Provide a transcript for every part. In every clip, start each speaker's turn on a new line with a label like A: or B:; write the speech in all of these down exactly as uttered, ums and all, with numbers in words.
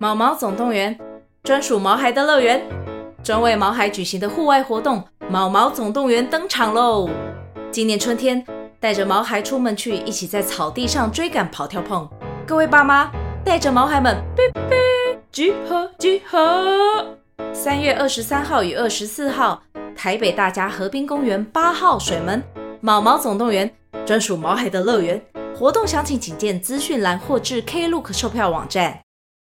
A: 毛毛总动员，专属毛孩的乐园，专为毛孩举行的户外活动毛毛总动员登场喽！今年春天，带着毛孩出门去，一起在草地上追赶跑跳碰。各位爸妈，带着毛孩们，哔哔，集合集合！三月二十三号与二十四号，台北大家河滨公园八号水门毛毛总动员，专属毛孩的乐园。活动详情请见资讯栏或至 Klook 售票网站。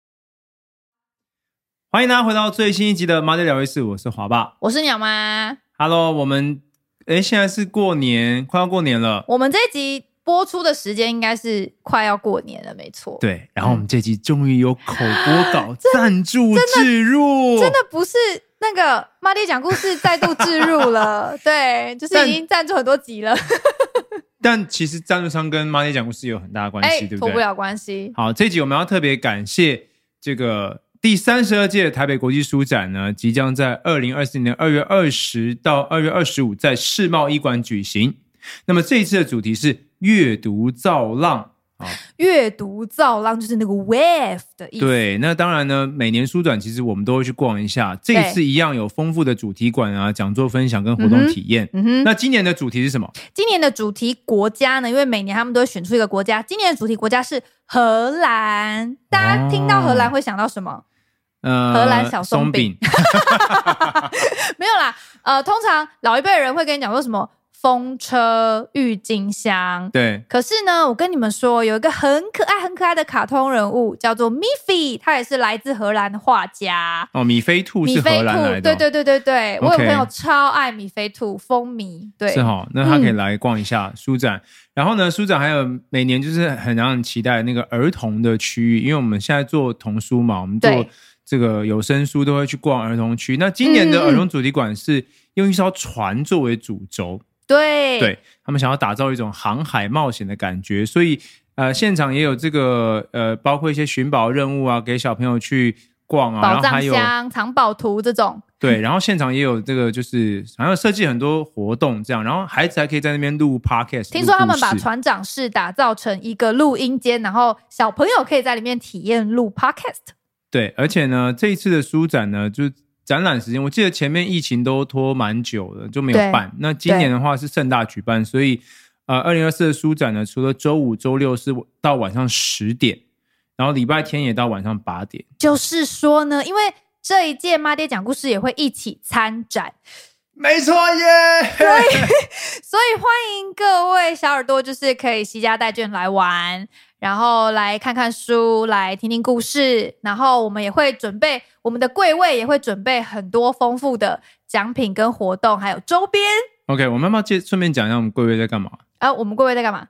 B: 欢迎大家回到最新一集的妈爹聊一事，我是华爸，
C: 我是鸟妈。
B: Hello， 我们诶现在是过年，快要过年了。
C: 我们这一集播出的时间应该是快要过年了，没错。
B: 对，然后我们这集终于有口播稿赞助置入，
C: 真的不是那个妈爹讲故事再度置入了，对，就是已经赞助很多集了。
B: 但其实赞助商跟妈爹讲故事有很大的关系，
C: 欸、
B: 对不对？
C: 脱不了关系。
B: 好，这一集我们要特别感谢这个第三十二届台北国际书展呢，即将在二零二四年二月二十到二月二十五在世贸一馆举行。那么这一次的主题是阅读造浪。
C: 阅读造浪就是那个 wave 的意思。
B: 对，那当然呢，每年书展其实我们都会去逛一下，这一次一样有丰富的主题馆啊、讲座分享跟活动体验、嗯哼嗯、那今年的主题是什么？
C: 今年的主题国家呢，因为每年他们都会选出一个国家，今年的主题国家是荷兰。大家听到荷兰会想到什么？呃，荷兰小松饼没有啦，呃，通常老一辈的人会跟你讲说什么风车、郁金香。
B: 对，
C: 可是呢，我跟你们说，有一个很可爱、很可爱的卡通人物，叫做米菲，他也是来自荷兰的画家。
B: 哦，米菲兔是荷兰来的、哦。
C: 对对对对对， okay. 我有朋友超爱米菲兔，风靡。对，
B: 是齁，那他可以来逛一下书展。嗯、然后呢，书展还有每年就是很让人期待的那个儿童的区域，因为我们现在做童书嘛，我们做这个有声书都会去逛儿童区。那今年的儿童主题馆是用一艘船作为主轴。
C: 对，
B: 对，他们想要打造一种航海冒险的感觉，所以呃，现场也有这个呃，包括一些寻宝任务啊，给小朋友去逛啊，
C: 宝藏箱、藏宝图这种。
B: 对，然后现场也有这个，就是好像设计很多活动这样，然后孩子还可以在那边录 podcast。
C: 听说他们把船长室打造成一个录音间，然后小朋友可以在里面体验录 podcast。
B: 对，而且呢，这一次的书展呢，就展览时间，我记得前面疫情都拖蛮久了，就没有办。那今年的话是盛大举办，所以呃，二零二四的书展呢，除了周五、周六是到晚上十点，然后礼拜天也到晚上八点。
C: 就是说呢，因为这一届妈爹讲故事也会一起参展。
B: 没错耶！
C: 所以，所以欢迎各位小耳朵，就是可以携家带眷来玩，然后来看看书，来听听故事，然后我们也会准备，我们的柜位也会准备很多丰富的奖品跟活动，还有周边。
B: OK， 我们要不要顺便讲一下我们柜位在干嘛？
C: 啊，我们柜位在干嘛？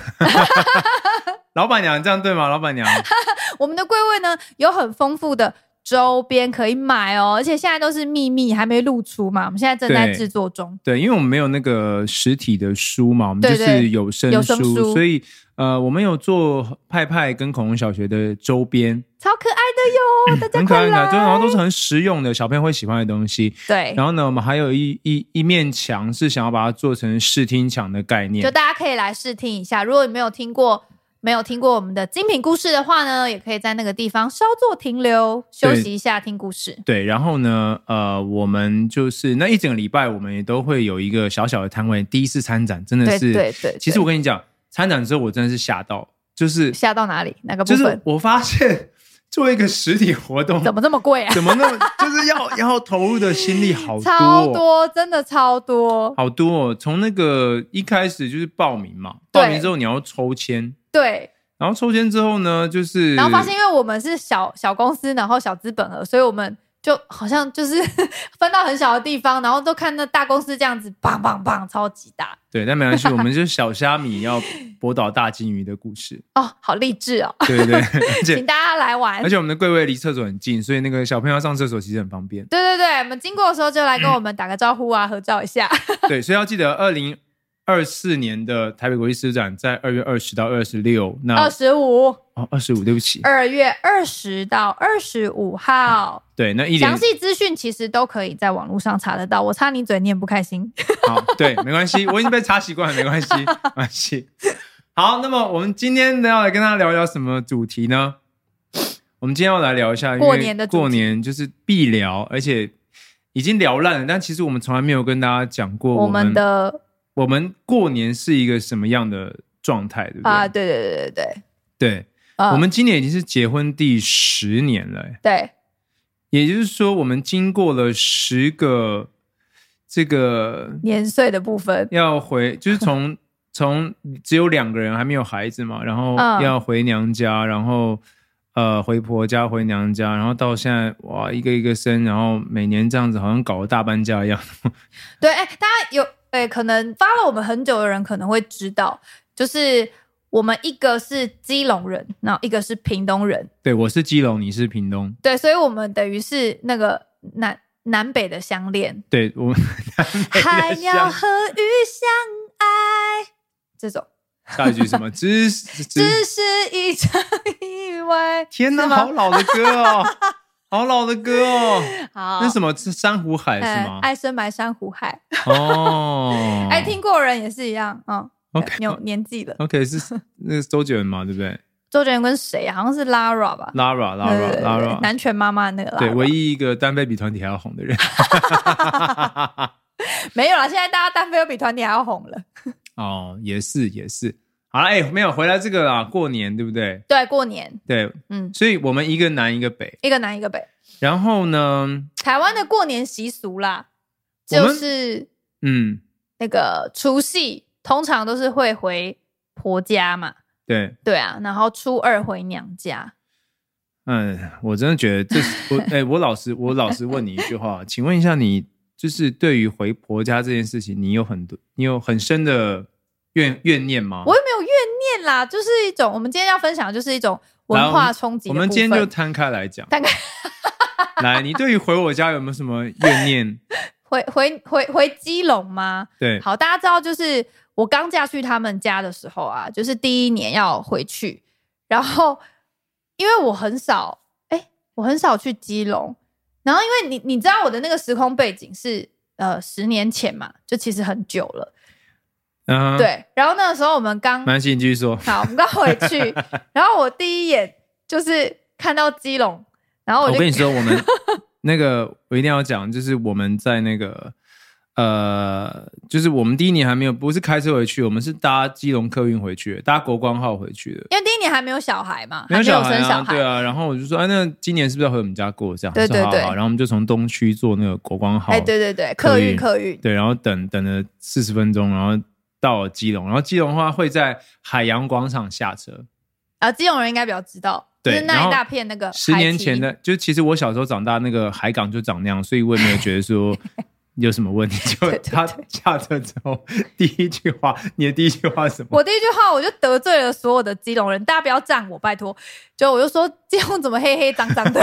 B: 老板娘这样对吗？老板娘，
C: 我们的柜位呢有很丰富的周边可以买哦，而且现在都是秘密，还没露出嘛。我们现在正在制作中。
B: 对，对，因为我们没有那个实体的书嘛，我们就是有声 书,
C: 有声书
B: 所以呃，我们有做派派跟恐龙小学的周边，
C: 超可爱的哟，大家快来！
B: 很可爱的，然后都是很实用的，小朋友会喜欢的东西。
C: 对，
B: 然后呢，我们还有一一一面墙是想要把它做成视听墙的概念，
C: 就大家可以来试听一下。如果你没有听过。没有听过我们的精品故事的话呢，也可以在那个地方稍作停留，休息一下听故事。
B: 对，然后呢，呃，我们就是那一整个礼拜，我们也都会有一个小小的摊位。第一次参展，真的是，
C: 对对 对, 对。
B: 其实我跟你讲，参展之后我真的是吓到，就是
C: 吓到哪里？哪个部分？
B: 就是我发现做一个实体活动
C: 怎么这么贵啊？
B: 怎么那么就是要要投入的心力好多、哦，
C: 超多，真的超多，
B: 好多哦。从那个一开始就是报名嘛，报名之后你要抽签。
C: 对，
B: 然后抽签之后呢，就是
C: 然后发现，因为我们是小小公司，然后小资本额，所以我们就好像就是分到很小的地方，然后都看那大公司这样子，棒棒棒，超级大。
B: 对，但没关系，我们就是小虾米要博倒大金鱼的故事。
C: 哦，好励志哦！
B: 对对对，
C: 请大家来玩。
B: 而且我们的柜位离厕所很近，所以那个小朋友要上厕所其实很方便。
C: 对对对，我们经过的时候就来跟我们打个招呼啊，嗯、合照一下。
B: 对，所以要记得二零二四年的台北国际书展在二月二十到二十六，那
C: 二十五
B: 哦，二十五，对不起，
C: 二月二十到二十五号。
B: 对，那一
C: 详细资讯其实都可以在网络上查得到。我插你嘴，你也不开心。
B: 好，对，没关系，我已经被查习惯了，没关系，没关系。好，那么我们今天要来跟大家聊一聊什么主题呢？ 我们今天要来聊一下
C: 过年的
B: 过年就是必聊，而且已经聊烂了，但其实我们从来没有跟大家讲过
C: 我们的
B: 我们过年是一个什么样的状态，对不对？
C: 啊，对对对对对
B: 对、呃、我们今年已经是结婚第十年了，
C: 对，
B: 也就是说我们经过了十个这个
C: 年岁的部分，
B: 要回就是从从只有两个人还没有孩子嘛，然后要回娘家，嗯、然后呃回婆家回娘家，然后到现在哇一个一个生，然后每年这样子好像搞得大搬家一样。
C: 对，哎，大家有哎可能发了我们很久的人可能会知道，就是我们一个是基隆人，然后一个是屏东人。
B: 对，我是基隆，你是屏东。
C: 对，所以我们等于是那个南南北的相恋。
B: 对，我们
C: 海鸟和鱼相爱。这种
B: 下一句什么？只是
C: 只是一场意外。
B: 天哪，好老的歌哦，好老的歌哦。
C: 好，
B: 那什么珊瑚海是吗？
C: 爱深埋珊瑚海。
B: 哦，
C: 哎，听过的人也是一样，嗯
B: ，OK，
C: 有年纪了。
B: OK， 是那个周杰伦嘛，对不对？
C: 周杰伦跟谁啊？好像是 Lara 吧
B: ，Lara Lara Lara，
C: 南拳妈妈那个 Lara，
B: 对，唯一一个单飞比团体还要红的人。
C: 没有啦，现在大家单飞又比团体还要红了。
B: 哦，也是也是，好了，哎、欸，没有回来这个啦，过年对不对？
C: 对，过年，
B: 对，嗯，所以我们一个南一个北，
C: 一个南一个北。
B: 然后呢，
C: 台湾的过年习俗啦，就是嗯，那个除夕通常都是会回婆家嘛，
B: 对
C: 对啊，然后初二回娘家。
B: 嗯，我真的觉得这我哎、欸，我老实我老实问你一句话，请问一下你。就是对于回婆家这件事情，你有很多，你有很深的怨怨念吗？
C: 我也没有怨念啦，就是一种我们今天要分享的就是一种文化冲击的部分。
B: 我们今天就摊开来讲。
C: 摊开，
B: 来，你对于回我家有没有什么怨念？
C: 回回回回基隆吗？
B: 对，
C: 好，大家知道，就是我刚嫁去他们家的时候啊，就是第一年要回去，然后因为我很少，哎、欸，我很少去基隆。然后因为你你知道我的那个时空背景是呃十年前嘛，就其实很久了，嗯、uh-huh. 对。然后那个时候我们刚，
B: 没关系，你继续说。
C: 好，我们刚回去，然后我第一眼就是看到基隆，然后我就
B: 我跟你说，我们那个我一定要讲，就是我们在那个呃，就是我们第一年还没有不是开车回去，我们是搭基隆客运回去的，搭国光号回去的。
C: 因为第一年还没有小孩嘛，
B: 没有小孩、啊、
C: 还没有生小孩，
B: 对啊。然后我就说，哎，那今年是不是要回我们家过？这样，
C: 对对对。
B: 好好，然后我们就从东区坐那个国光号，
C: 哎，对对对，客运客运，
B: 对，然后等等了四十分钟，然后到了基隆，然后基隆的话会在海洋广场下车。
C: 啊，基隆人应该比较知道，
B: 对，
C: 就是那一大片那个
B: 十年前的，就其实我小时候长大那个海港就长那样，所以我也没有觉得说。有什么问题？就他下车之后，第一句话，你的第一句话是什么？
C: 我第一句话我就得罪了所有的基隆人，大家不要赞我，拜托。就我就说基隆怎么黑黑脏脏的？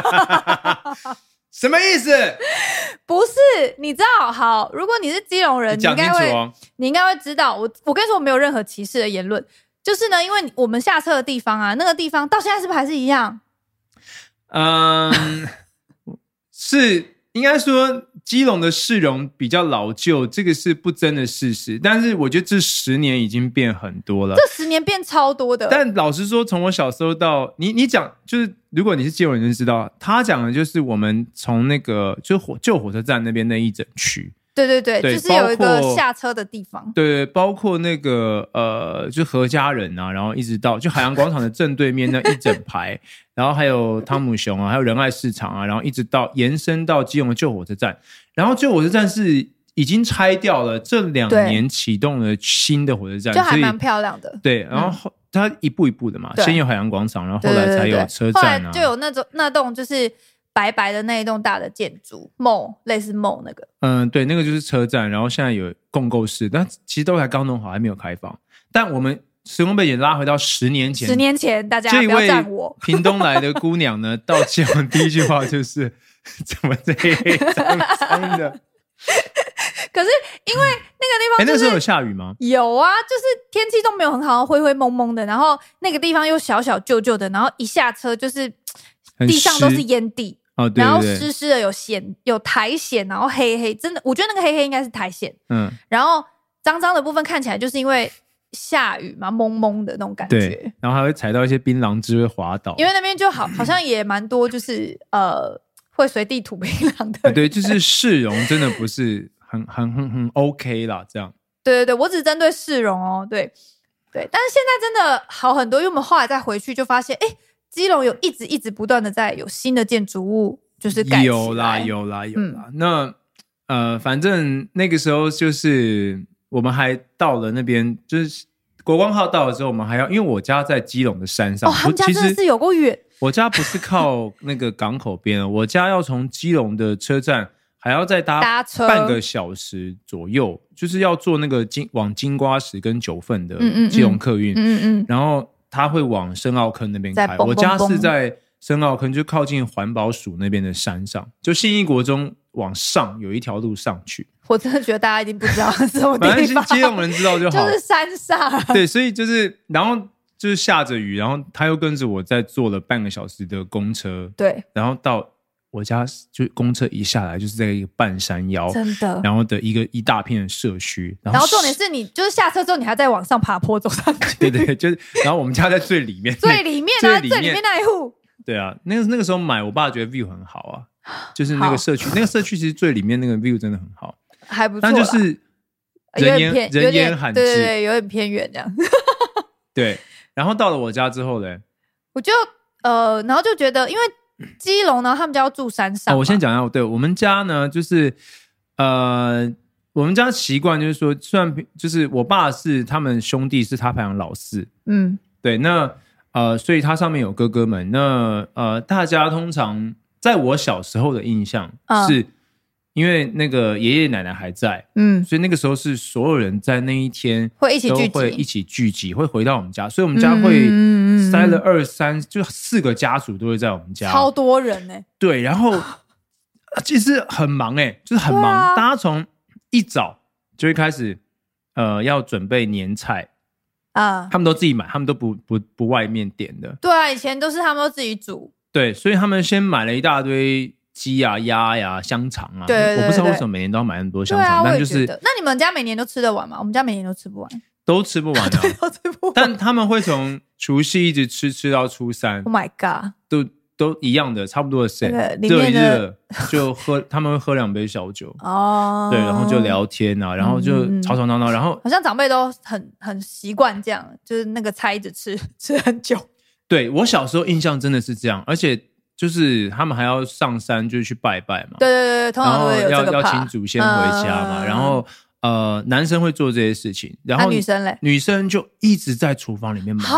B: 什么意思？
C: 不是，你知道，好，如果你是基隆人，你, 你应该会，哦、你应该会知道。我我跟你说，我没有任何歧视的言论，就是呢，因为我们下车的地方啊，那个地方到现在是不是还是一样？
B: 嗯，是。应该说基隆的市容比较老旧，这个是不争的事实，但是我觉得这十年已经变很多了，
C: 这十年变超多的。
B: 但老实说，从我小时候到你你讲，就是如果你是基隆人就知道，他讲的就是我们从那个就火旧火车站那边那一整区。
C: 对对 对, 对，就是有一个下车的地方。
B: 对，包括那个呃，就何家人啊，然后一直到就海洋广场的正对面那一整排，然后还有汤姆熊啊，还有仁爱市场啊，然后一直到延伸到基隆的旧火车站。然后旧火车站是已经拆掉了，这两年启动了新的火车站，
C: 就还蛮漂亮的。
B: 对，然后它一步一步的嘛，先有海洋广场，然后后来才有车站啊，
C: 后来就有那种那栋就是。白白的那一栋大的建筑 mall 类似 mall 那个，
B: 嗯，对，那个就是车站，然后现在有共构室，但其实都还刚弄好，还没有开放。但我们时空背景拉回到十年前，
C: 十年前大家不要赞我。
B: 屏东来的姑娘呢，到基隆第一句话就是怎么这黑黑脏脏的。
C: 可是因为那个地方、就是，哎、
B: 欸，那时候有下雨吗？
C: 有啊，就是天气都没有很好，灰灰蒙蒙的，然后那个地方又小小旧旧的，然后一下车就是地上都是烟蒂。
B: 哦，对对对，
C: 然后湿湿的有咸有苔藓，然后黑黑，真的，我觉得那个黑黑应该是苔藓。嗯，然后脏脏的部分看起来就是因为下雨嘛，蒙蒙的那种感觉。
B: 对，然后还会踩到一些槟榔枝会滑倒，
C: 因为那边就好，好像也蛮多，就是呃会随地吐槟榔的人。
B: 对，就是市容真的不是很很很很 OK 啦，这样。
C: 对对对，我只针对市容哦，对对，但是现在真的好很多，因为我们后来再回去就发现，哎，基隆有一直一直不断的在有新的建筑物，就是盖起来。
B: 有啦有啦有啦，嗯、那呃，反正那个时候就是我们还到了那边，就是国光号到了之后，我们还要，因为我家在基隆的山上，
C: 哦，他们家真的是有够远。
B: 我家不是靠那个港口边，我家要从基隆的车站还要再搭
C: 搭车
B: 半个小时左右，就是要坐那个金往金瓜石跟九份的基隆客运，嗯 嗯, 嗯, 嗯然后他会往深澳坑那边开。
C: 蹦蹦蹦我
B: 家是在深澳坑，就靠近环保署那边的山上，就信义国中往上有一条路上去。
C: 我真的觉得大家一定不知道是什么地方，
B: 反正基隆人知道就好，
C: 就是山上。
B: 对，所以就是然后就是下着雨，然后他又跟着我再坐了半个小时的公车，
C: 对，
B: 然后到我家就公车一下来就是在一个半山腰，
C: 真的，
B: 然后的一个一大片的社区，
C: 然后, 然后重点是你就是下车之后你还在往上爬坡走上去，
B: 对对，就是然后我们家在最里面，
C: 最里面啊，最里面那一户，
B: 对啊，那个那个时候买，我爸觉得 view 很好啊，就是那个社区，那个社区其实最里面那个 view 真的很好，
C: 还不错，
B: 但就是人烟人烟罕至，
C: 对对对，有点偏远这样，
B: 对。然后到了我家之后呢，
C: 我就呃，然后就觉得因为。基隆呢，他们家要住山上、
B: 哦。我先讲一下，对我们家呢，就是呃，我们家习惯就是说，虽然就是我爸是他们兄弟是他排行老四，嗯，对，那呃，所以他上面有哥哥们，那呃，大家通常在我小时候的印象是。嗯因为那个爷爷奶奶还在，嗯，所以那个时候是所有人在那一天
C: 会一起聚集，
B: 都会一起聚集，会回到我们家，所以我们家会塞了二三，就四个家族都会在我们家，
C: 超多人呢、欸。
B: 对，然后其实很忙哎、欸，就是很忙，啊、大家从一早就会开始，呃，要准备年菜啊，他们都自己买，他们都不不不外面点的。
C: 对啊，以前都是他们都自己煮。
B: 对，所以他们先买了一大堆。鸡啊、鸭呀、啊、香肠啊，
C: 对对对对，
B: 我不知道为什么每年都要买那么多香肠，
C: 啊、
B: 但就是
C: 那你们家每年都吃得完吗？我们家每年都吃不完，
B: 都吃不完啊，
C: 都吃不完。
B: 但他们会从除夕一直吃吃到初三
C: ，Oh my god，
B: 都都一样的，差不多的 set，
C: 热
B: 一热就喝，他们会喝两杯小酒哦，对，然后就聊天啊，然后就吵吵闹闹，然后
C: 好像长辈都很很习惯这样，就是那个菜一直吃吃很久。
B: 对，我小时候印象真的是这样，而且。就是他们还要上山，就是去拜拜嘛。
C: 对对对，通常都会有这个
B: 要要请祖先回家嘛。嗯、然后呃，男生会做这些事情，然后、
C: 啊、女生嘞，
B: 女生就一直在厨房里面忙。
C: 好，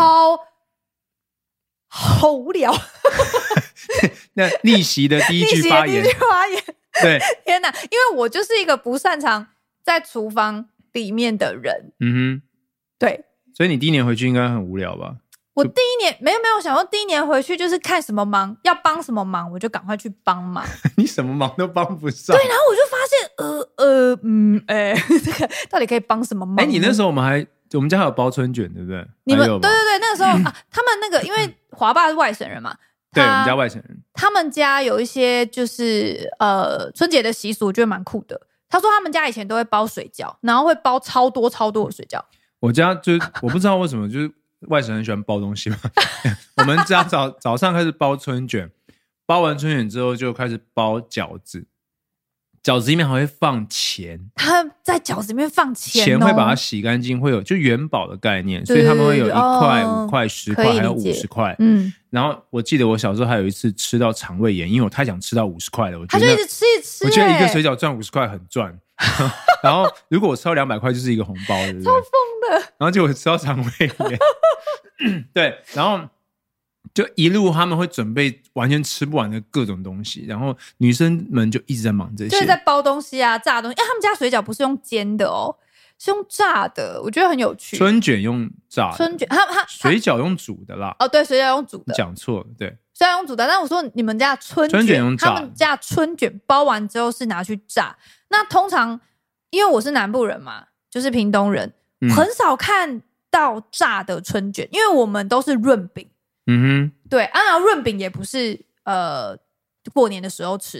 C: 好无聊。
B: 那逆袭的第一句发言，
C: 第一句发言，
B: 对，
C: 天哪！因为我就是一个不擅长在厨房里面的人。嗯哼，对。
B: 所以你第一年回去应该很无聊吧？
C: 我第一年没有没有想说第一年回去就是看什么忙要帮什么忙我就赶快去帮忙。
B: 你什么忙都帮不上。
C: 对，然后我就发现呃呃嗯哎、欸，这个到底可以帮什么忙？
B: 哎、欸，你那时候我们还我们家还有包春卷对不对？
C: 你们对对对，那个时候、嗯、啊，他们那个因为华爸是外省人嘛，
B: 对，我们家外省人，
C: 他们家有一些就是呃春节的习俗，我觉得蛮酷的。他说他们家以前都会包水饺，然后会包超多超多的水饺。
B: 我家就我不知道为什么就是。外省人喜欢包东西嘛？我们家早早上开始包春卷，包完春卷之后就开始包饺子，饺子里面还会放钱。
C: 他在饺子里面放钱、哦，
B: 钱会把它洗干净，会有就元宝的概念，所以他们会有一块、五块、十块，还有五十块。嗯，然后我记得我小时候还有一次吃到肠胃炎，因为我太想吃到五十块了，我觉得
C: 他就一直吃一吃、欸，
B: 我觉得一个水饺赚五十块很赚。然后如果我吃到两百块就是一个红包，对不对？
C: 超疯的。
B: 然后结果吃到肠胃炎，对，然后就一路他们会准备完全吃不完的各种东西，然后女生们就一直在忙这些，
C: 就是在包东西啊、炸东西。因为他们家水饺不是用煎的哦，是用炸的，我觉得很有趣。
B: 春卷用炸的，
C: 春卷他他
B: 水饺用煮的啦。
C: 哦，对，水饺用煮的，
B: 讲错了，对。
C: 虽然用煮的，但我说你们家春 卷,
B: 春卷用炸的，
C: 他们家春卷包完之后是拿去炸。那通常因为我是南部人嘛，就是屏东人，嗯、很少看到炸的春卷，因为我们都是润饼。嗯哼，对啊，润饼也不是呃过年的时候吃的。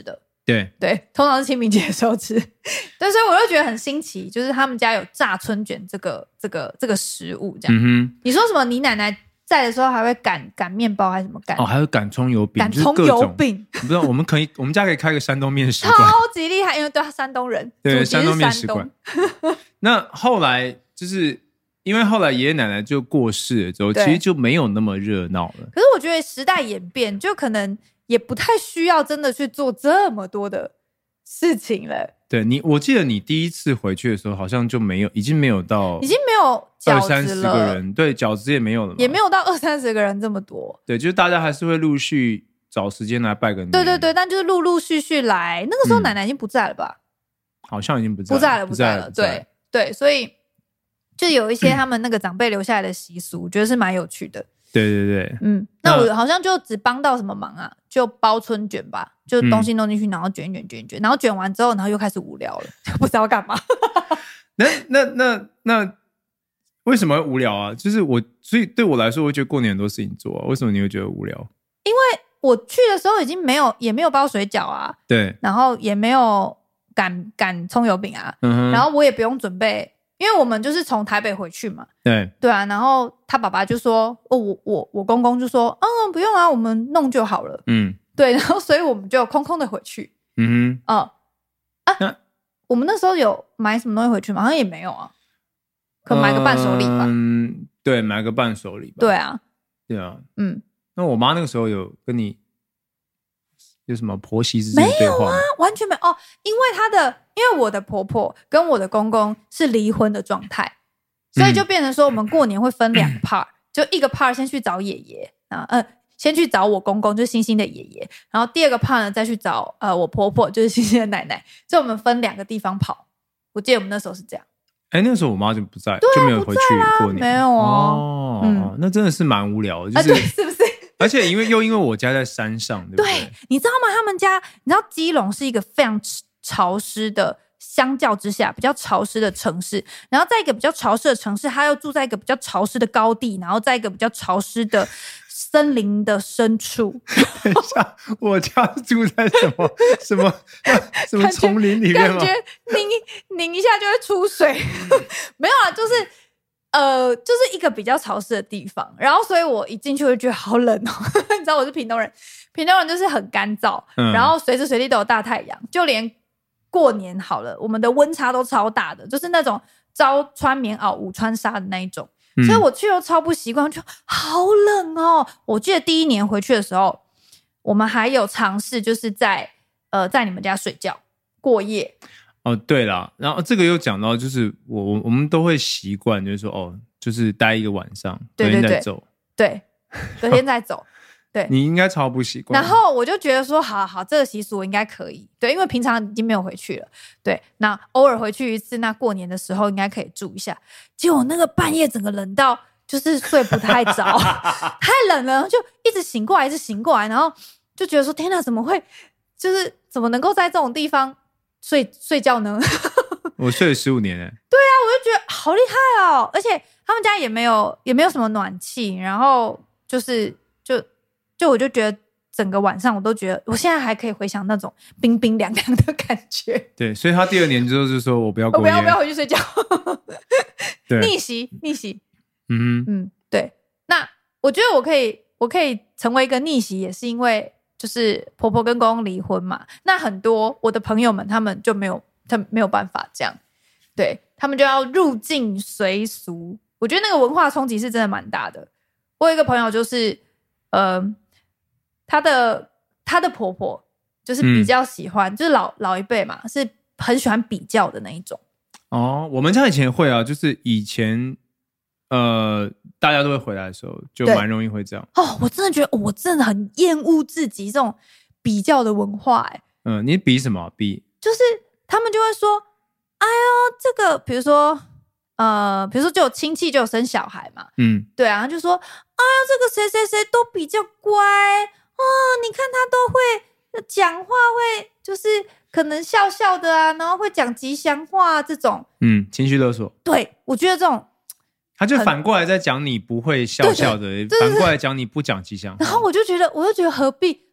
B: 对
C: 对，通常是清明节的时候吃。对，所以我就觉得很新奇，就是他们家有炸春卷这个这个这个食物这样。
B: 嗯哼，
C: 你说什么？你奶奶在的时候还会擀擀面包还是什么擀？
B: 哦，还有擀葱油饼，
C: 擀葱油饼。
B: 我不知道，我们可以，我们家可以开个山东面食馆，
C: 超级厉害，因为对他山东人，
B: 对山东面食馆。那后来就是因为后来爷爷奶奶就过世了之后，其实就没有那么热闹了。
C: 可是我觉得时代演变，就可能也不太需要真的去做这么多的事情了。
B: 对你，我记得你第一次回去的时候，好像就没有，已经没有到，
C: 已经没有
B: 二三十个人，对，饺子也没有了嘛，
C: 也没有到二三十个人这么多。
B: 对，就是大家还是会陆续找时间来拜个年。
C: 对对对，但就是陆陆续续来。那个时候奶奶已经不在了吧？
B: 嗯、好像已经不在了，
C: 不在了，
B: 不在了。
C: 对对，所以就有一些他们那个长辈留下来的习俗，我觉得是蛮有趣的。
B: 对对对，
C: 嗯，那我好像就只帮到什么忙啊？就包春卷吧，就东西弄进去，然后卷一卷卷一卷，然后卷完之后，然后又开始无聊了，不知道干嘛。
B: 那那那那为什么会无聊啊？就是我，所以对我来说，我觉得过年很多事情做啊。为什么你会觉得无聊？
C: 因为我去的时候已经没有，也没有包水饺啊，
B: 对，
C: 然后也没有擀擀葱油饼啊，嗯，然后我也不用准备。因为我们就是从台北回去嘛，
B: 对对
C: 啊，然后他爸爸就说，哦，我我我公公就说，嗯，不用啊，我们弄就好了，嗯，对，然后所以我们就空空的回去，嗯哼，哦、嗯、啊，我们那时候有买什么东西回去吗？好像也没有啊，可能买个伴手礼吧，
B: 嗯，对，买个伴手礼吧，
C: 对啊，
B: 对啊，嗯，那我妈那个时候有跟你有什么婆媳之
C: 间
B: 的对话吗？
C: 没有啊，完全没有哦，因为她的，因为我的婆婆跟我的公公是离婚的状态，所以就变成说我们过年会分两个 part，、嗯、就一个 part 先去找爷爷啊，呃，先去找我公公，就是星星的爷爷，然后第二个 part 呢再去找呃我婆婆，就是星星的奶奶，所以我们分两个地方跑。我记得我们那时候是这样。
B: 哎，那时候我妈就不在，
C: 啊、
B: 就没有回去过年，
C: 没有
B: 哦，嗯，那真的是蛮无聊的，就是、
C: 啊、对，是不是？
B: 而且因为又因为我家在山上，对不对？
C: 对，你知道吗？他们家，你知道基隆是一个非常潮湿的，相较之下比较潮湿的城市。然后在一个比较潮湿的城市，他又住在一个比较潮湿的高地，然后在一个比较潮湿的森林的深处。
B: 等一下，我家住在什么什么什么丛林里面吗？
C: 感觉拧拧一下就会出水。没有啊，就是。呃，就是一个比较潮湿的地方，然后所以我一进去就觉得好冷哦。你知道我是屏东人，屏东人就是很干燥，嗯、然后随时随地都有大太阳，就连过年好了，我们的温差都超大的，就是那种朝穿棉袄午穿纱的那一种，嗯、所以我去又超不习惯，就好冷哦。我记得第一年回去的时候，我们还有尝试就是在呃在你们家睡觉过夜。
B: 哦，对啦，然后这个又讲到，就是我我我们都会习惯，就是说哦，就是待一个晚上，隔天再走，
C: 对，隔天再走，对，
B: 你应该超不习惯。
C: 然后我就觉得说，好好，这个习俗我应该可以，对，因为平常已经没有回去了，对，那偶尔回去一次，那过年的时候应该可以住一下。结果那个半夜整个冷到就是睡不太着，太冷了，就一直醒过来，一直醒过来，然后就觉得说，天哪，怎么会，就是怎么能够在这种地方睡睡觉呢？
B: 我睡了十五年哎。
C: 对啊，我就觉得好厉害哦！而且他们家也没有也没有什么暖气，然后就是就就我就觉得整个晚上我都觉得，我现在还可以回想那种冰冰凉凉的感觉。
B: 对，所以他第二年之后就说我不要过夜，
C: 我不要不要回去睡觉，
B: 对，
C: 逆袭逆袭。
B: 嗯
C: 嗯，对。那我觉得我可以我可以成为一个逆袭，也是因为。就是婆婆跟公公离婚嘛，那很多我的朋友们他们就没有，他们没有办法这样，对他们就要入境随俗。我觉得那个文化冲击是真的蛮大的。我有一个朋友就是，呃，她的她的婆婆就是比较喜欢，嗯、就是老老一辈嘛，是很喜欢比较的那一种。
B: 哦，我们家以前会啊，就是以前。呃，大家都会回来的时候，就蛮容易会这样。
C: 哦，我真的觉得，哦、我真的很厌恶自己这种比较的文化。哎，
B: 嗯，你比什么？比
C: 就是他们就会说，哎呦，这个，比如说，呃，比如说就有亲戚就有生小孩嘛，嗯，对啊，就说，哎呦，这个谁谁谁都比较乖哦，你看他都会讲话，会就是可能笑笑的啊，然后会讲吉祥话这种，
B: 嗯，情绪勒索。
C: 对，我觉得这种。
B: 他就反过来在讲你不会笑笑的，
C: 对对对对对，
B: 反过来讲你不讲吉祥话。
C: 然后我就觉得，我就觉得何必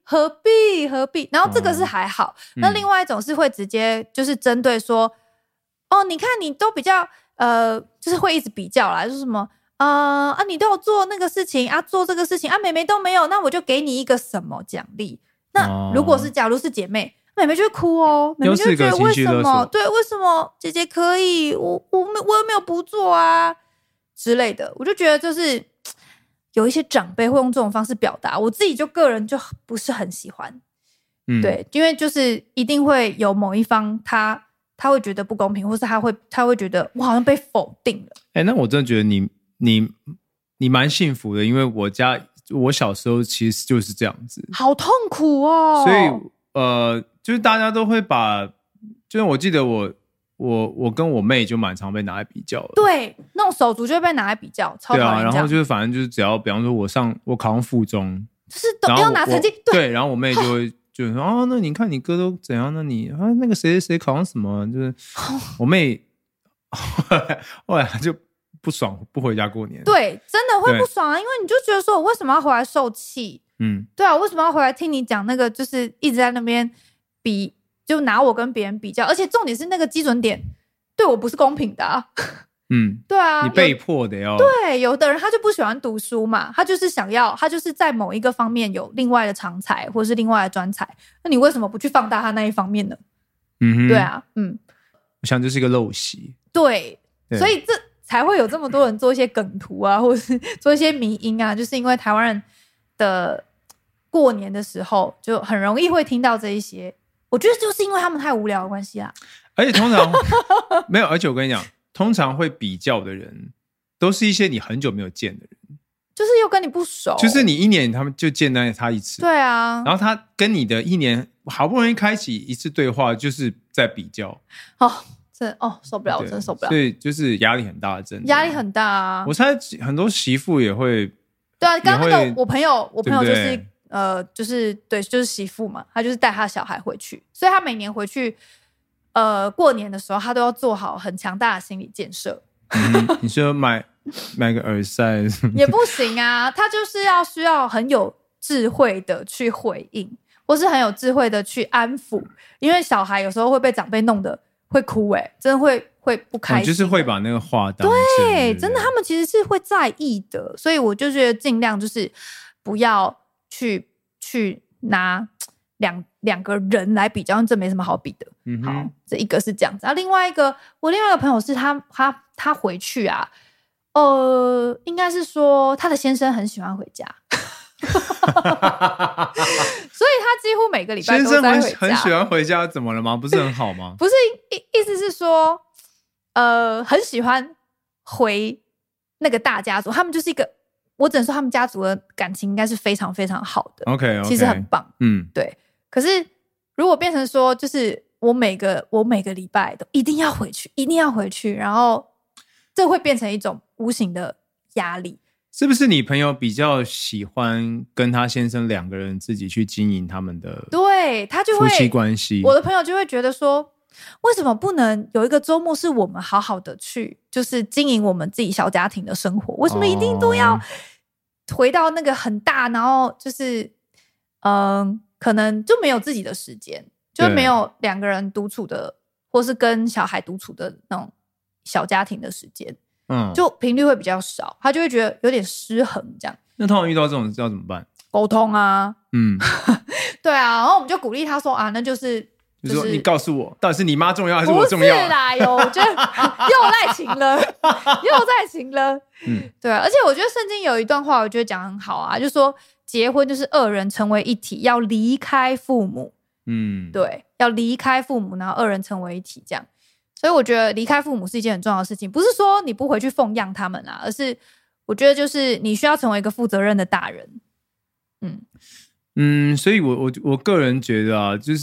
C: 何必何必？然后这个是还好，哦、那另外一种是会直接就是针对说，嗯、哦，你看你都比较呃，就是会一直比较啦，就是什么呃啊，你都有做那个事情啊，做这个事情啊，妹妹都没有，那我就给你一个什么奖励？那如果是假如是姐妹。妹妹就会哭哦，妹妹就会觉得为什么对为什么姐姐可以，我我没我又没有不做啊之类的，我就觉得就是有一些长辈会用这种方式表达，我自己就个人就不是很喜欢，嗯，对，因为就是一定会有某一方他他会觉得不公平，或是他会他会觉得我好像被否定了。
B: 哎、欸，那我真的觉得你你你蛮幸福的，因为我家我小时候其实就是这样子，
C: 好痛苦哦，
B: 所以呃。就是大家都会把，就是我记得我我我跟我妹就蛮常被拿来比较的。
C: 对，那种手足就会被拿来比较，超讨厌这样。
B: 对啊，然后就是反正就是只要，比方说我上我考上附中，
C: 就是都要拿成绩。
B: 对, 对，然后我妹就会就说哦，那你看你哥都怎样，那你啊那个谁谁谁考上什么，就是我妹后来就不爽，不回家过年。
C: 对，真的会不爽啊，因为你就觉得说我为什么要回来受气？嗯，对啊，为什么要回来听你讲那个，就是一直在那边。比就拿我跟别人比较，而且重点是那个基准点对我不是公平的啊。嗯，对啊，
B: 你被迫的要
C: 对，有的人他就不喜欢读书嘛，他就是想要他就是在某一个方面有另外的长才或是另外的专才，那你为什么不去放大他那一方面呢？嗯哼，对啊，嗯，
B: 我想这是一个陋习。
C: 对，对，所以这才会有这么多人做一些梗图啊，或者是做一些迷因啊，就是因为台湾人的过年的时候就很容易会听到这一些。我觉得就是因为他们太无聊的关系啦，
B: 而且通常没有，而且我跟你讲，通常会比较的人，都是一些你很久没有见的人，
C: 就是又跟你不熟，
B: 就是你一年他们就见到他一次，
C: 对啊，
B: 然后他跟你的一年好不容易开启一次对话，就是在比较，
C: 哦，真的哦受不了，我真的受不了，
B: 所以就是压力很大，真的压
C: 力很大啊。
B: 我猜很多媳妇也会，
C: 对啊，刚刚那个我朋友，我朋友就是。对对呃，就是对，就是媳妇嘛，她就是带她小孩回去，所以她每年回去，呃，过年的时候，她都要做好很强大的心理建设。
B: 嗯、你说买买个耳塞
C: 也不行啊，她就是要需要很有智慧的去回应，或是很有智慧的去安抚，因为小孩有时候会被长辈弄得会哭、欸，哎，真的会会不开心、哦，
B: 就是会把那个话当
C: 对，
B: 对
C: 真的，他们其实是会在意的，所以我就觉得尽量就是不要。去去拿两两个人来比较，这没什么好比的。嗯，好，这一个是这样子啊，另外一个我另外一个朋友是他他他回去啊，呃，应该是说他的先生很喜欢回家，所以他几乎每个礼拜都在回家。
B: 先生很喜欢回家，怎么了吗？不是很好吗？
C: 不是，意意思是说，呃，很喜欢回那个大家族，他们就是一个。我只能说他们家族的感情应该是非常非常好的
B: ，OK，
C: 其实很棒，嗯，对。可是如果变成说，就是我每个我每个礼拜都一定要回去，一定要回去，然后这会变成一种无形的压力。
B: 是不是你朋友比较喜欢跟他先生两个人自己去经营他们的
C: 对他就会
B: 夫妻关系？
C: 我的朋友就会觉得说。为什么不能有一个周末是我们好好的去就是经营我们自己小家庭的生活？为什么一定都要回到那个很大，然后就是嗯、呃，可能就没有自己的时间，就没有两个人独处的，或是跟小孩独处的那种小家庭的时间，嗯，就频率会比较少，他就会觉得有点失衡这样。
B: 那通常遇到这种要怎么办？
C: 沟通啊，嗯，对啊，然后我们就鼓励他说啊，那就是。
B: 就是说你告诉我，到底是你妈重要还是我重要？
C: 不是啦，有，我觉得又赖情了，又在情了。嗯，对啊，而且我觉得圣经有一段话，我觉得讲很好啊，就是说结婚就是二人成为一体，要离开父母。嗯，对，要离开父母，然后二人成为一体，这样。所以我觉得离开父母是一件很重要的事情，不是说你不回去奉养他们啦，而是我觉得就是你需要成为一个负责任的大人。嗯
B: 嗯，所以我我我个人觉得啊，就是。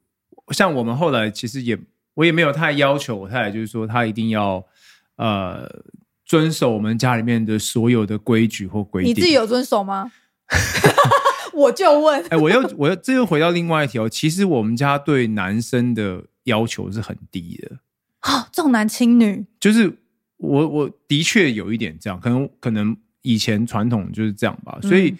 B: 像我们后来其实也我也没有太要求我太太，就是说她一定要呃遵守我们家里面的所有的规矩或规定。
C: 你自己有遵守吗？我就问。
B: 哎、欸，我又我又这又回到另外一条，其实我们家对男生的要求是很低的。
C: 啊、哦，重男轻女。
B: 就是我我的确有一点这样，可能可能以前传统就是这样吧，所以。嗯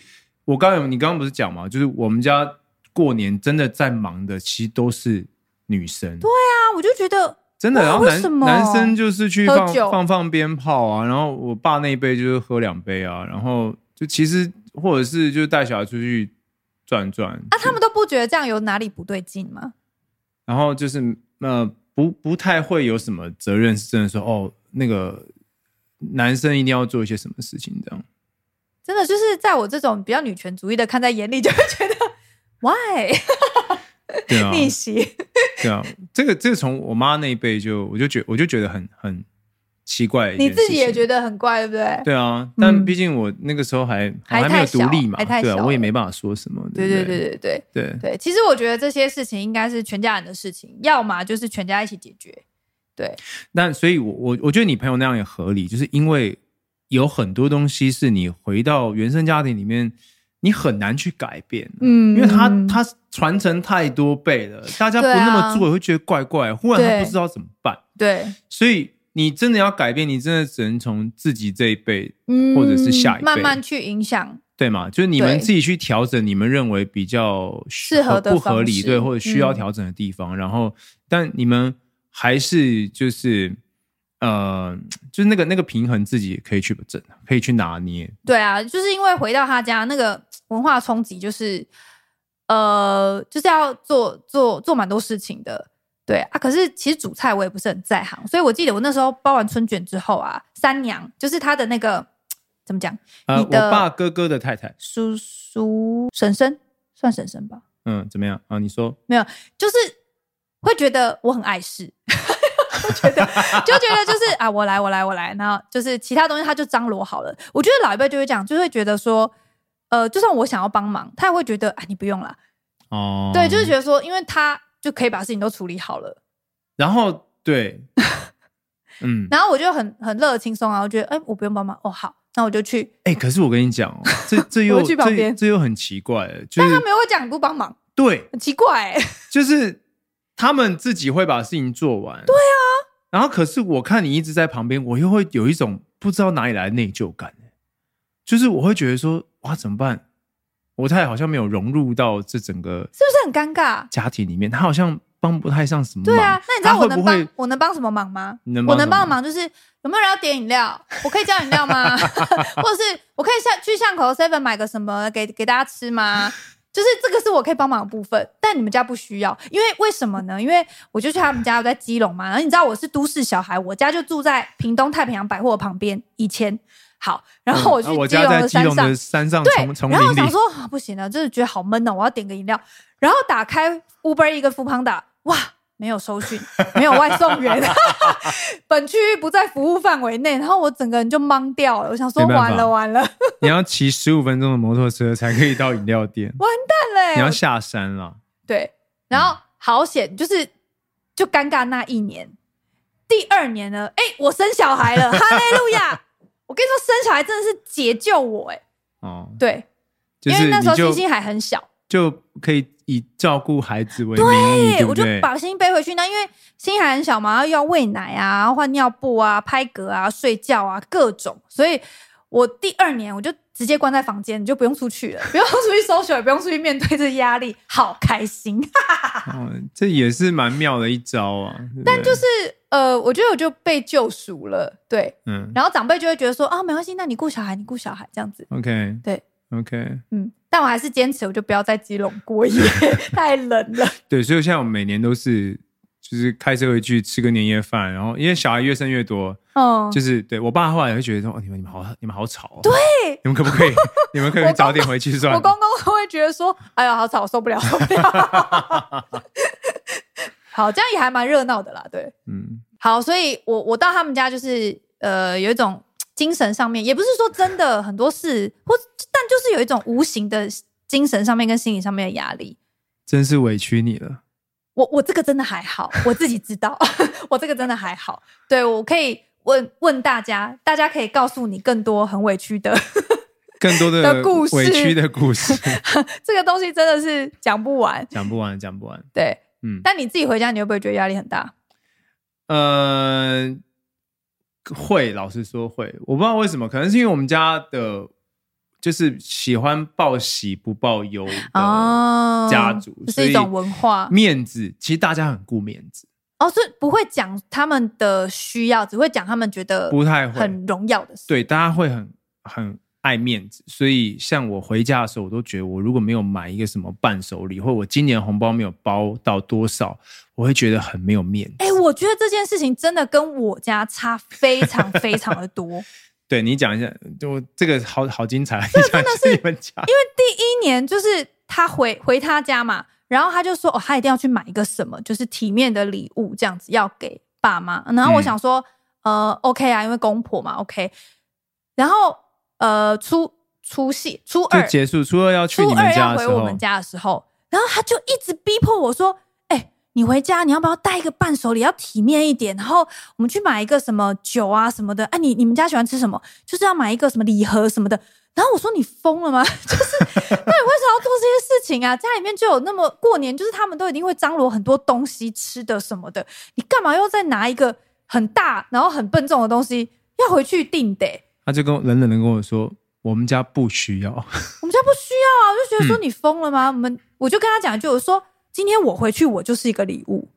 B: 我刚刚你刚刚不是讲嘛，就是我们家过年真的在忙的，其实都是女生。
C: 对啊，我就觉得
B: 真的，然后男男生就是去放放放鞭炮啊，然后我爸那一辈就是喝两杯啊，然后就其实或者是就带小孩出去转转
C: 啊，他们都不觉得这样有哪里不对劲吗？
B: 然后就是呃不不太会有什么责任，是真的说哦那个男生一定要做一些什么事情这样。
C: 真的就是在我这种比较女权主义的看在眼里，就会觉得 why
B: 对啊，
C: 逆袭。
B: 对啊，这个这个从我妈那一辈就我就觉我就觉得很很奇怪的一件事情。
C: 你自己也觉得很怪，对不对？
B: 对啊，但毕竟我那个时候还、嗯、还没有独立嘛，
C: 还太小，
B: 对啊，我也没办法说什么。
C: 对对对对对
B: 对
C: 对。其实我觉得这些事情应该是全家人的事情，要么就是全家一起解决。对。
B: 但所以我，我我觉得你朋友那样也合理，就是因为有很多东西是你回到原生家庭里面。你很难去改变，嗯，因为他他传承太多辈了，大家不那么做也会觉得怪怪，忽然他不知道怎么办，
C: 对，
B: 所以你真的要改变，你真的只能从自己这一辈，嗯，或者是下一辈
C: 慢慢去影响，
B: 对嘛？就是你们自己去调整你们认为比较
C: 适合的
B: 不合理，对，或者需要调整的地方，嗯、然后但你们还是就是。呃，就是那个那个平衡自己也可以去整，可以去拿捏。
C: 对啊，就是因为回到他家那个文化冲击，就是呃，就是要做做做蛮多事情的。对啊，可是其实煮菜我也不是很在行，所以我记得我那时候包完春卷之后啊，三娘就是他的那个怎么讲？
B: 呃，你的我爸哥哥的太太，
C: 叔叔婶婶算婶婶吧？
B: 嗯，怎么样啊？你说
C: 没有，就是会觉得我很碍事。就觉得就觉得就是啊，我来我来我来，然后就是其他东西他就张罗好了。我觉得老一辈就会这样，就会觉得说，呃，就算我想要帮忙，他也会觉得啊，你不用啦。哦，对，就是觉得说，因为他就可以把事情都处理好了。
B: 然后对，
C: 嗯，然后我就很很乐得轻松啊，我觉得哎、欸，我不用帮忙哦，好，那我就去。
B: 哎、欸，可是我跟你讲哦，这这又
C: 去旁边，
B: 这又很奇怪，就是
C: 但他没有会讲你不帮忙，
B: 对，
C: 很奇怪，
B: 就是他们自己会把事情做完，
C: 对啊。
B: 然后可是我看你一直在旁边，我又会有一种不知道哪里来的内疚感，就是我会觉得说哇怎么办？我太太好像没有融入到这整个
C: 是不是很尴尬
B: 家庭里面？他好像帮不太上什么忙。
C: 对啊，那你知道我能帮
B: 会不会
C: 我能帮什么忙吗？
B: 能
C: 我能帮的忙就是有没有人要点饮料？我可以叫饮料吗？或者是我可以下去巷口 seven 买个什么给给大家吃吗？就是这个是我可以帮忙的部分，但你们家不需要，因为为什么呢？因为我就去他们家，我在基隆嘛，然后你知道我是都市小孩，我家就住在屏东太平洋百货旁边，以前好，然后我去基隆的山上，
B: 嗯啊、山上
C: 对，
B: 丛
C: 然后我想说、啊、不行了，就是觉得好闷哦，我要点个饮料，然后打开 Uber 一个 Foodpanda， 哇，没有收讯，没有外送员，本区域不在服务范围内，然后我整个人就懵掉了。我想说完了完了，
B: 你要骑十五分钟的摩托车才可以到饮料店，
C: 完蛋了、欸！
B: 你要下山了。
C: 对，然后好险，就是就尴尬那一年。第二年呢，哎、欸，我生小孩了，哈利路亚！我跟你说，生小孩真的是解救我、欸，哎，哦，对，
B: 就是、
C: 因为那时候星星还很小，
B: 就可以以照顾孩子为名义，对不对？
C: 我就把星星背回去。那因为星星还很小嘛，然后要喂奶啊、换尿布啊、拍嗝啊、睡觉啊，各种。所以我第二年我就直接关在房间，你就不用出去了，不用出去 social， 也不用出去面对这压力，好开心。
B: 哦，这也是蛮妙的一招啊。对对，
C: 但就是呃，我觉得我就被救赎了，对，嗯。然后长辈就会觉得说啊，没关系，那你顾小孩，你顾小孩这样子。
B: OK，
C: 对。
B: OK，
C: 嗯，但我还是坚持，我就不要在基隆过夜，太冷了。
B: 对，所以现在我每年都是，就是开车回去吃个年夜饭，然后因为小孩越生越多，嗯，就是对我爸后来也会觉得说，哦，你们你们好，你们好吵、哦，
C: 对，
B: 你们可不可以，你们可以早点回去算了。
C: 我公公会觉得说，哎呀，好吵，受不了，受不了。好，这样也还蛮热闹的啦，对，嗯，好，所以我我到他们家就是呃，有一种。精神上面也不是说真的很多事，或但就是有一种无形的精神上面跟心理上面的压力。
B: 真是委屈你了。
C: 我我这个真的还好，我自己知道，我这个真的还好。对，我可以问问大家，大家可以告诉你更多很委屈的、
B: 更多的
C: 故事，
B: 委屈的故事。
C: 这个东西真的是讲不完，
B: 讲不完，讲不完。
C: 对，嗯。但你自己回家，你会不会觉得压力很大？
B: 呃。会，老实说会，我不知道为什么，可能是因为我们家的就是喜欢报喜不报忧的家族，
C: 哦，这是一种文化。
B: 面子其实大家很顾面子
C: 哦，所以不会讲他们的需要，只会讲他们觉得
B: 不太会
C: 很荣耀的事。
B: 对，大家会很很爱面子，所以像我回家的时候，我都觉得我如果没有买一个什么伴手礼，或者我今年红包没有包到多少，我会觉得很没有面子。
C: 哎、欸，我觉得这件事情真的跟我家差非常非常的多。
B: 对，你讲一下，就这个好好精彩。
C: 这真的是
B: 你们家，
C: 因为第一年就是他回回他家嘛，然后他就说哦，他一定要去买一个什么，就是体面的礼物，这样子要给爸妈。然后我想说，嗯、呃 ，OK 啊，因为公婆嘛 ，OK。然后呃，初初戏初二
B: 就结束，初二要去你们家的时候，
C: 初二要回我们家的时候，然后他就一直逼迫我说，哎、欸。你回家你要不要带一个伴手礼，要体面一点，然后我们去买一个什么酒啊什么的，啊你你们家喜欢吃什么，就是要买一个什么礼盒什么的。然后我说你疯了吗？就是那你为什么要做这些事情啊？家里面就有那么过年，就是他们都一定会张罗很多东西吃的什么的，你干嘛又再拿一个很大然后很笨重的东西要回去订的、欸？
B: 他就跟冷冷的跟我说，我们家不需要，
C: 我们家不需要啊，我就觉得说你疯了吗？嗯、我们我就跟他讲一句，我说今天我回去我就是一个礼物。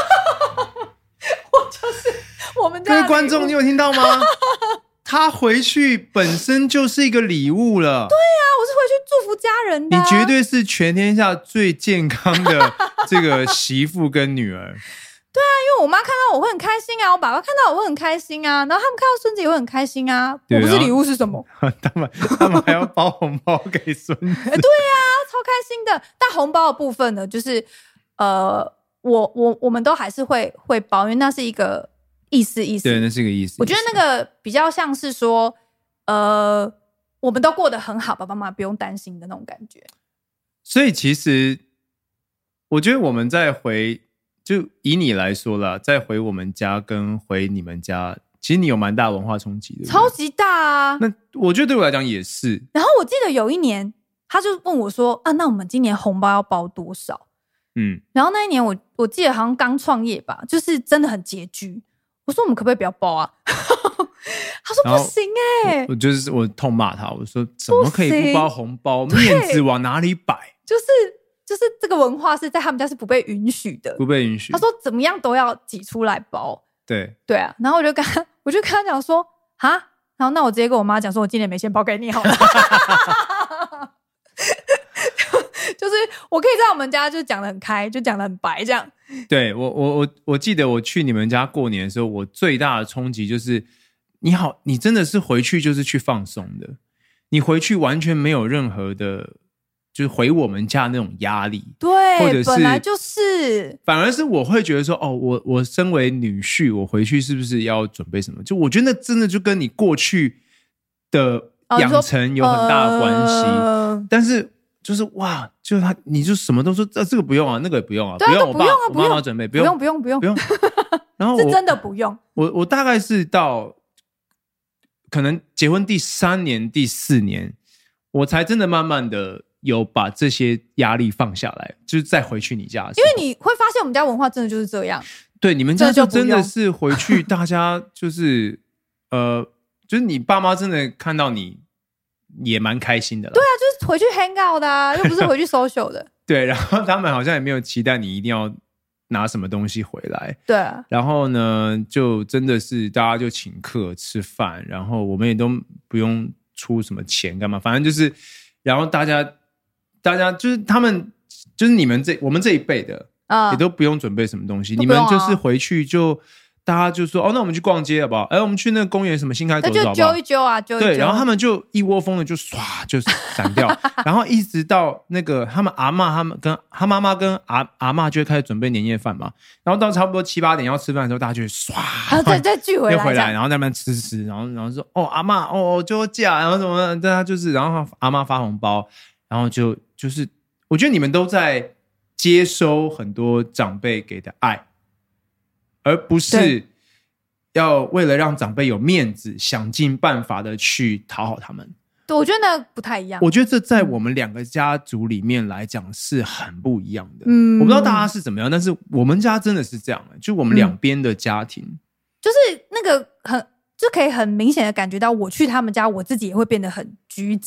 C: 我就是我们家的礼物。
B: 各位观众你有听到吗？他回去本身就是一个礼物了。
C: 对啊，我是回去祝福家人的、啊、
B: 你绝对是全天下最健康的这个媳妇跟女儿。
C: 对啊，因为我妈看到我会很开心啊，我爸爸看到我会很开心啊，然后他们看到孙子也会很开心啊。我不是礼物是什么？
B: 他们他们还要包红包给孙子。
C: 对啊，超开心的。但红包的部分呢，就是呃，我我我们都还是会会包，因为那是一个意思意思。
B: 对，那是一个意思。
C: 我觉得那个比较像是说，呃，我们都过得很好，爸爸妈妈不用担心的那种感觉。
B: 所以其实我觉得我们在回。就以你来说啦，再回我们家跟回你们家，其实你有蛮大文化冲击的，
C: 超级大啊！
B: 那我觉得对我来讲也是。
C: 然后我记得有一年，他就问我说：“啊，那我们今年红包要包多少？”嗯，然后那一年我我记得好像刚创业吧，就是真的很拮据。我说：“我们可不可以不要包啊？”他说：“不行哎、欸！”
B: 我就是我痛骂他，我说：“怎么可以不包红包？面子往哪里摆？”
C: 就是。就是这个文化是在他们家是不被允许的，
B: 不被允许。
C: 他说怎么样都要挤出来包。
B: 对对
C: 啊，然后我就跟他，我就跟他讲说，哈，然后那我直接跟我妈讲说，我今年没钱包给你好了。就是我可以在我们家就讲得很开，就讲得很白这样。
B: 对我我我我记得我去你们家过年的时候，我最大的冲击就是你好，你真的是回去就是去放松的，你回去完全没有任何的。就是回我们家那种压力，
C: 对，
B: 或者是
C: 本来就是，
B: 反而是我会觉得说，哦，我我身为女婿，我回去是不是要准备什么？就我觉得那真的就跟你过去的养成有很大的关系。哦呃、但是就是哇，就是他，你就什么都说，这、啊、这个不用啊，那个也不用啊，
C: 对啊
B: 不用，
C: 不用啊，
B: 我爸我妈妈准备，不用，
C: 不用，不用，
B: 不用，不用。然后
C: 是真的不用。
B: 我我大概是到可能结婚第三年、第四年，我才真的慢慢的。有把这些压力放下来，就是再回去你家的时候，
C: 因为你会发现我们家文化真的就是这样。
B: 对，你们家就真的是回去，大家就是呃，就是你爸妈真的看到你也蛮开心的啦。
C: 对啊，就是回去 hang out 的啊，又不是回去 social 的。
B: 对，然后他们好像也没有期待你一定要拿什么东西回来。
C: 对啊，
B: 然后呢，就真的是大家就请客吃饭，然后我们也都不用出什么钱干嘛，反正就是，然后大家。大家就是他们，就是你们这我们这一辈的，呃、也都不用准备什么东西，你们就是回去就大家就说哦，那我们去逛街好不好？哎，我们去那个公园什么新开走走好不好？
C: 就揪一揪啊，揪一揪。
B: 对，然后他们就一窝蜂的就唰就散掉，然后一直到那个他们阿嬷他们跟他妈妈跟阿阿嬷就会开始准备年夜饭嘛，然后到差不多七八点要吃饭的时候，大家就会唰，
C: 然后再再聚回来，
B: 回来，然后在那边吃吃，然后然后说哦阿嬷哦就嫁，然后什么，大家就是然后阿嬷发红包，然后就。就是我觉得你们都在接收很多长辈给的爱，而不是要为了让长辈有面子想尽办法的去讨好他们。
C: 对，我觉得那不太一样。
B: 我觉得这在我们两个家族里面来讲是很不一样的。嗯，我不知道大家是怎么样，但是我们家真的是这样的，就我们两边的家庭、嗯、
C: 就是那个很就可以很明显的感觉到，我去他们家我自己也会变得很拘谨。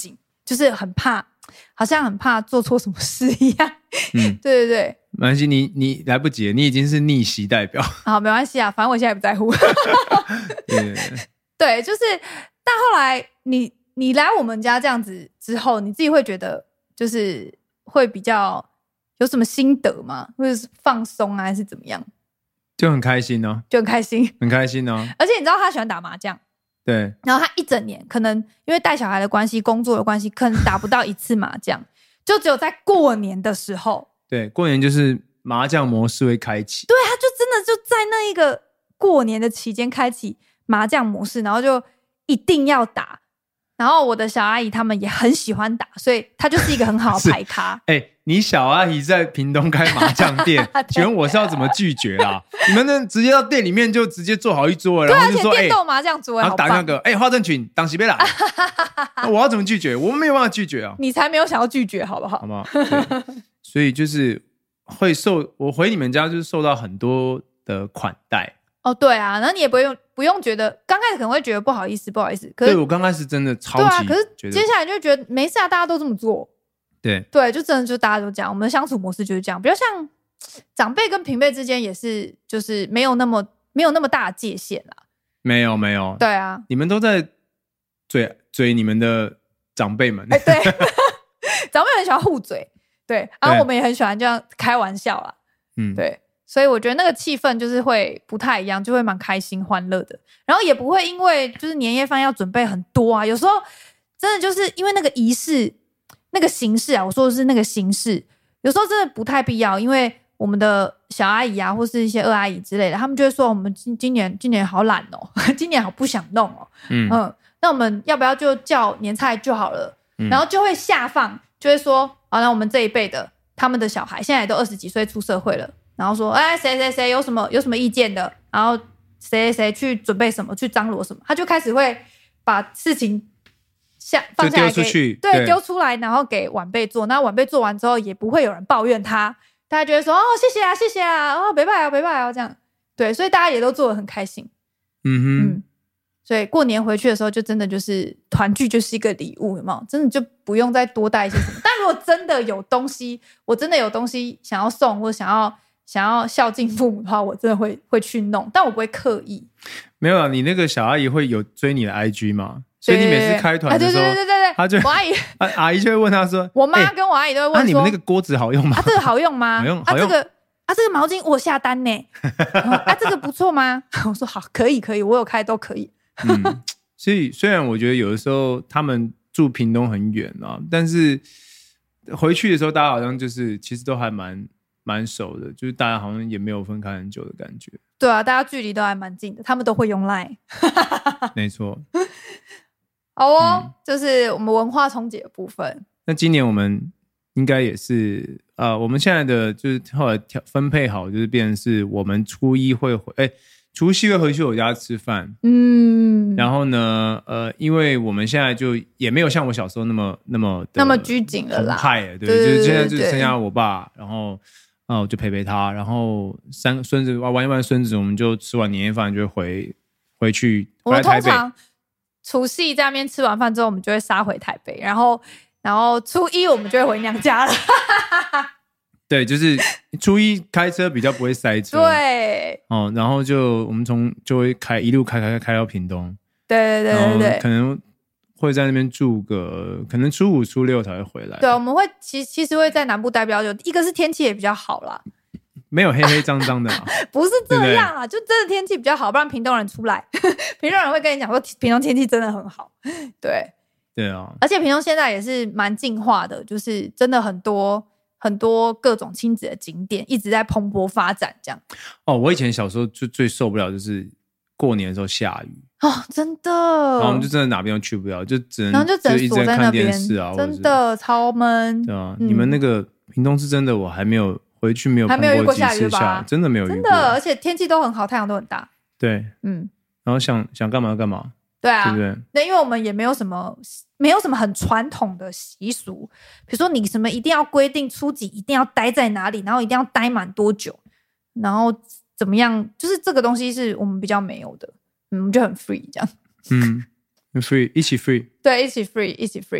C: 就是很怕，好像很怕做错什么事一样。嗯，对对对，
B: 没关系，你你来不及了，你已经是逆袭代表。
C: 好，没关系啊，反正我现在也不在乎。
B: 对
C: 对，就是，但后来你你来我们家这样子之后，你自己会觉得就是会比较有什么心得吗？或者是放松啊，还是怎么样？
B: 就很开心哦，
C: 就很开心，
B: 很开心哦。
C: 而且你知道他喜欢打麻将。
B: 对，
C: 然后他一整年可能因为带小孩的关系、工作的关系，可能打不到一次麻将，就只有在过年的时候。
B: 对，过年就是麻将模式会开启。
C: 对，他就真的就在那一个过年的期间开启麻将模式，然后就一定要打。然后我的小阿姨他们也很喜欢打，所以他就是一个很好的牌咖。
B: 哎、欸，你小阿姨在屏东开麻将店，请问我是要怎么拒绝啦？你们呢？直接到店里面就直接做好一桌，然后就说：“哎，
C: 电动麻将桌，
B: 然后打那个，哎、欸，花正群，当西贝来，我要怎么拒绝？我们没有办法拒绝啊！
C: 你才没有想要拒绝，好不好？
B: 好不好？所以就是会受我回你们家，就是受到很多的款待。
C: 哦，对啊，然后你也不用不用觉得，刚开始可能会觉得不好意思，不好意思。可是
B: 对我刚开始真的超级，
C: 对啊，可是接下来就觉得没事啊，大家都这么做。
B: 对
C: 对，就真的就大家都这样，我们的相处模式就是这样，比较像长辈跟平辈之间也是，就是没有那么没有那么大的界限啦。
B: 没有没有，
C: 对啊，
B: 你们都在追追你们的长辈们。
C: 欸、对，长辈很喜欢互嘴，对，然后我们也很喜欢这样开玩笑啦。嗯，对。所以我觉得那个气氛就是会不太一样，就会蛮开心欢乐的，然后也不会因为就是年夜饭要准备很多啊，有时候真的就是因为那个仪式那个形式啊，我说的是那个形式，有时候真的不太必要，因为我们的小阿姨啊或是一些二阿姨之类的，他们就会说我们今今年今年好懒哦，今年好不想弄哦，嗯嗯，那我们要不要就叫年菜就好了，嗯、然后就会下放，就会说好，那我们这一辈的他们的小孩现在也都二十几岁出社会了。然后说，哎，谁谁谁有什么有什么意见的？然后谁谁谁去准备什么，去张罗什么，他就开始会把事情下放下来给，
B: 丢出去，
C: 对，对丢出来，然后给晚辈做。那晚辈做完之后，也不会有人抱怨他，大家觉得说，哦，谢谢啊，谢谢啊，哦，拜拜啊，拜拜啊，这样，对，所以大家也都做得很开心。嗯哼，嗯，所以过年回去的时候，就真的就是团聚就是一个礼物，有没有？真的就不用再多带一些什么。但如果真的有东西，我真的有东西想要送，或者想要。想要孝敬父母的话，我真的会会去弄，但我不会刻意。
B: 没有啊，你那个小阿姨会有追你的 I G 吗？所以你每次开团的时候，
C: 对对对对对，
B: 她就
C: 我阿姨，
B: 啊、阿姨就会问她说：“
C: 我妈跟我阿姨都会问说，
B: 啊、你们那个锅子好用吗？
C: 啊，这个好用吗？
B: 好用，好用。
C: 啊，这个啊，这个毛巾我下单呢。啊，这个不错吗？我说好，可以可以，我有开都可以。
B: 嗯，所以虽然我觉得有的时候他们住屏东很远啊，但是回去的时候，大家好像就是其实都还蛮。蛮熟的，就是大家好像也没有分开很久的感觉。
C: 对啊，大家距离都还蛮近的，他们都会用 Line。
B: 没错。
C: 好哦、嗯，就是我们文化冲击的部分。
B: 那今年我们应该也是，呃，我们现在的就是后来调分配好，就是变成是我们初一会回，哎，除夕会回去我家吃饭。嗯。然后呢，呃，因为我们现在就也没有像我小时候那么那么
C: 那么拘谨了啦，
B: 对，对就是现在就剩下我爸，然后。哦，我就陪陪他，然后三个孙子玩一玩孙子，我们就吃完年夜饭就回回去。
C: 我们通常除夕在那边吃完饭之后，我们就会杀回台北，然后然后初一我们就会回娘家了。
B: 对，就是初一开车比较不会塞车。
C: 对，
B: 哦，然后就我们从就会开一路开开开到屏东。
C: 对对对对对，
B: 可能。会在那边住个，可能初五初六才会回来。
C: 对，我们会其其实会在南部待比较久，一个是天气也比较好啦，
B: 没有黑黑脏脏的啦。
C: 不是这样啊，对对就真的天气比较好，不然屏东人出来，屏东人会跟你讲说屏东天气真的很好。对，
B: 对啊，
C: 而且屏东现在也是蛮进化的，就是真的很多很多各种亲子的景点一直在蓬勃发展，这样。
B: 哦，我以前小时候就最受不了就是过年的时候下雨。
C: 哦，真的，
B: 然后我们就真的哪边都去不了，就只能
C: 然后就只能锁在那边，
B: 电视啊，
C: 真的超闷。
B: 对啊、嗯，你们那个屏东是真的，我还没有回去，没有
C: 还没有遇过
B: 下
C: 雨吧？
B: 真的没有遇过，
C: 真的，而且天气都很好，太阳都很大。
B: 对，嗯，然后想想干嘛干嘛，
C: 对啊，
B: 对不对？
C: 那因为我们也没有什么，没有什么很传统的习俗，比如说你什么一定要规定初几一定要待在哪里，然后一定要待满多久，然后怎么样，就是这个东西是我们比较没有的，嗯，我们就很 free 这样。
B: 嗯 ，free 一起 free，
C: 对，一起 free， 一起 free。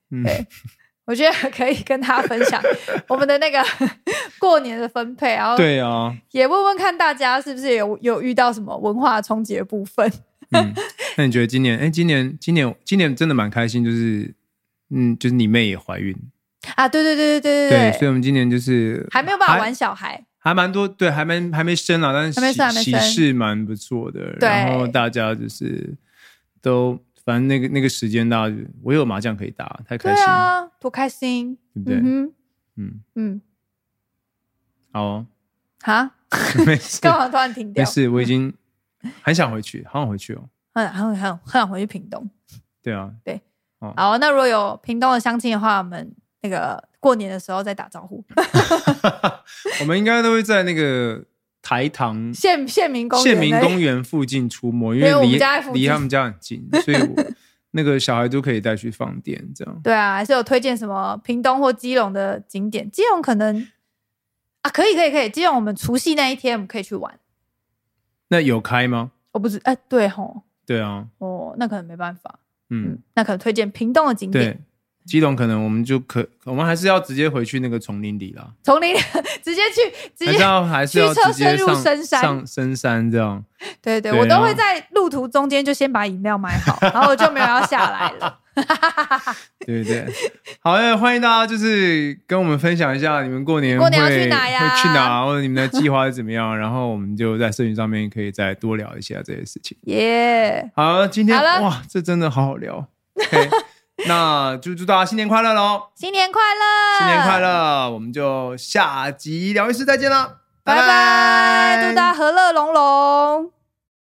C: 嗯，对，我觉得可以跟大家分享我们的那个过年的分配，然后
B: 对啊，
C: 也问问看大家是不是有有遇到什么文化冲击的部分。
B: 嗯，那你觉得今年？哎，今年今年今年真的蛮开心，就是嗯，就是你妹也怀孕
C: 啊，对对对对对
B: 对，所以我们今年就是
C: 还没有办法玩小孩，
B: 还蛮多，对，还没还没生啊，但是喜喜事蛮不错的，然后大家就是都。反正那个那个时间，大家我有麻将可以打，太开心，
C: 对啊，多开心，
B: 对不对？嗯嗯
C: 嗯，
B: 好哦，
C: 哈，
B: 没事，
C: 干嘛突然停掉？
B: 没事，我已经很想回去，好想回去哦，
C: 很很很很想回去屏东。
B: 对啊，
C: 对，哦、好，那如果有屏东的乡亲的话，我们那个过年的时候再打招呼。
B: 我们应该都会在那个。台塘
C: 县县民公园
B: 县民公园附近出没，因为离离他们家很近，所以我那个小孩都可以带去放电，这样。
C: 对啊，还是有推荐什么屏东或基隆的景点？基隆可能啊，可以可以可以，基隆我们除夕那一天我们可以去玩。
B: 那有开吗？
C: 我不知，哎、欸，对吼。
B: 对啊。
C: 哦，那可能没办法。
B: 嗯，
C: 嗯那可能推荐屏东的景点。
B: 对。基隆可能我们就可，我们还是要直接回去那个丛林里啦。
C: 丛林直接去，直接
B: 还是要直接上
C: 深山
B: 上深山这样。
C: 对 对, 对，我都会在路途中间就先把饮料买好，然后我就没有要下来了。
B: 对对，好，欢迎大家就是跟我们分享一下你们过年会
C: 过年要去哪呀？
B: 会去哪，或者你们的计划是怎么样？然后我们就在社群上面可以再多聊一下这些事情。
C: 耶、
B: yeah ，好，今天哇，这真的好好聊。Okay 那就祝大家新年快乐咯！
C: 新年快乐，
B: 新年快乐！我们就下集疗愈室再见了，
C: 拜拜！祝大家和乐融融。